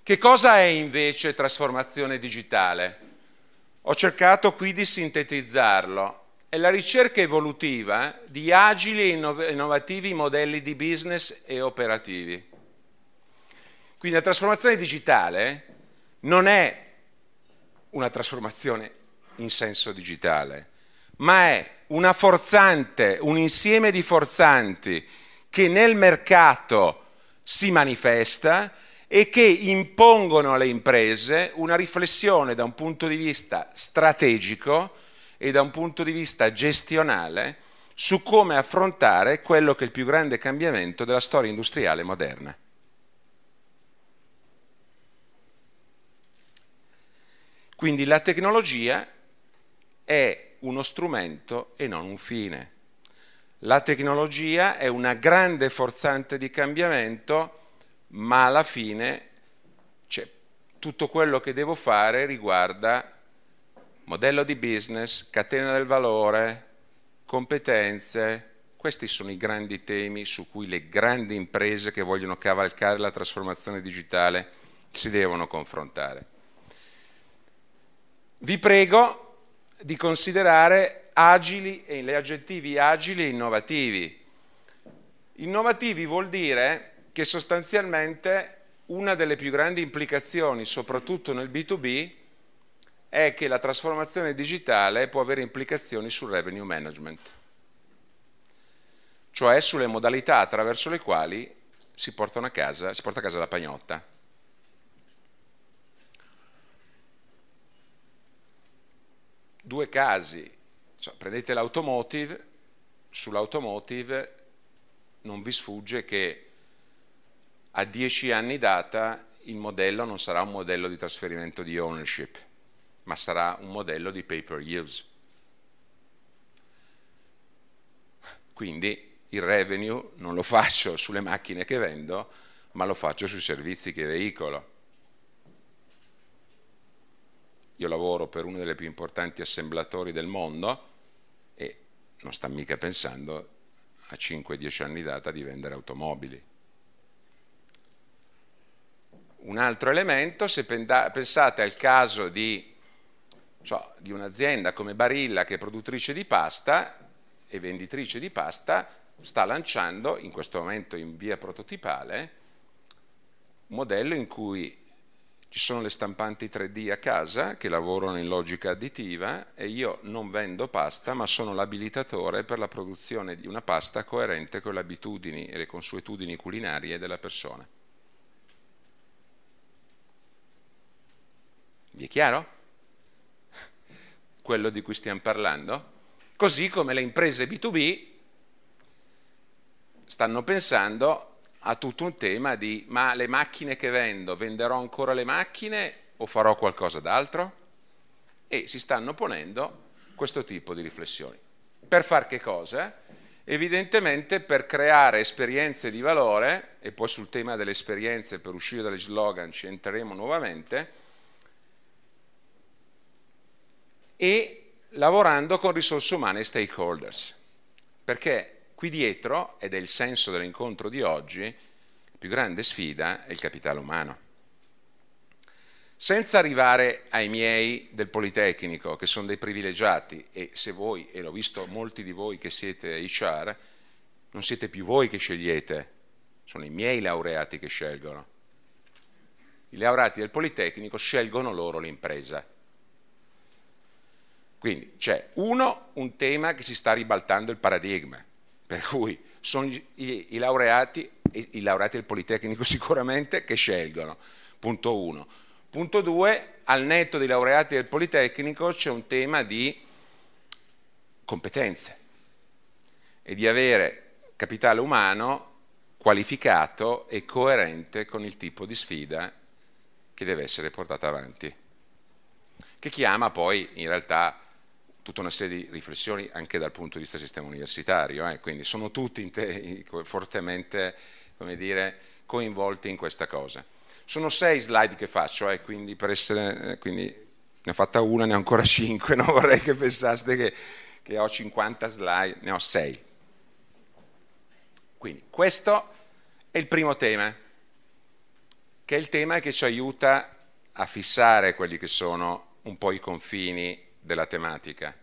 Che cosa è invece trasformazione digitale? Ho cercato qui di sintetizzarlo. È la ricerca evolutiva di agili e innovativi modelli di business e operativi. Quindi la trasformazione digitale non è una trasformazione in senso digitale, ma è una forzante, un insieme di forzanti che nel mercato si manifesta e che impongono alle imprese una riflessione da un punto di vista strategico e da un punto di vista gestionale su come affrontare quello che è il più grande cambiamento della storia industriale moderna. Quindi la tecnologia è uno strumento e non un fine. La tecnologia è una grande forzante di cambiamento, ma alla fine tutto quello che devo fare riguarda modello di business, catena del valore, competenze. Questi sono i grandi temi su cui le grandi imprese che vogliono cavalcare la trasformazione digitale si devono confrontare. Vi prego di considerare agili e gli aggettivi agili e innovativi. Innovativi vuol dire che sostanzialmente una delle più grandi implicazioni, soprattutto nel B2B, è che la trasformazione digitale può avere implicazioni sul revenue management, cioè sulle modalità attraverso le quali si porta a casa la pagnotta. Due casi, prendete l'automotive, sull'automotive non vi sfugge che a 10 anni data il modello non sarà un modello di trasferimento di ownership, ma sarà un modello di pay per use. Quindi il revenue non lo faccio sulle macchine che vendo, ma lo faccio sui servizi che veicolo. Io lavoro per uno delle più importanti assemblatori del mondo e non sta mica pensando a 5-10 anni data di vendere automobili. Un altro elemento, se pensate al caso di un'azienda come Barilla che è produttrice di pasta e venditrice di pasta, sta lanciando in questo momento in via prototipale un modello in cui ci sono le stampanti 3D a casa che lavorano in logica additiva e io non vendo pasta ma sono l'abilitatore per la produzione di una pasta coerente con le abitudini e le consuetudini culinarie della persona. Vi è chiaro? Quello di cui stiamo parlando? Così come le imprese B2B stanno pensando a tutto un tema di ma le macchine che vendo, venderò ancora le macchine o farò qualcosa d'altro? E si stanno ponendo questo tipo di riflessioni. Per far che cosa? Evidentemente per creare esperienze di valore, e poi sul tema delle esperienze per uscire dagli slogan ci entreremo nuovamente, e lavorando con risorse umane e stakeholders, perché qui dietro, ed è il senso dell'incontro di oggi, la più grande sfida è il capitale umano. Senza arrivare ai miei del Politecnico, che sono dei privilegiati, e se voi, e l'ho visto molti di voi che siete HR, non siete più voi che scegliete, sono i miei laureati che scelgono. I laureati del Politecnico scelgono loro l'impresa. Quindi c'è un tema che si sta ribaltando il paradigma, per cui sono i laureati del Politecnico sicuramente che scelgono, punto 1. Punto 2, al netto dei laureati del Politecnico c'è un tema di competenze e di avere capitale umano qualificato e coerente con il tipo di sfida che deve essere portata avanti, che chiama poi in realtà tutta una serie di riflessioni anche dal punto di vista del sistema universitario, quindi sono tutti fortemente, come dire, coinvolti in questa cosa. Sono 6 slide che faccio, quindi ne ho fatta una, ne ho ancora 5, non vorrei che pensaste che ho 50 slide, ne ho 6. Quindi questo è il primo tema. che è il tema che ci aiuta a fissare quelli che sono un po' i confini della tematica.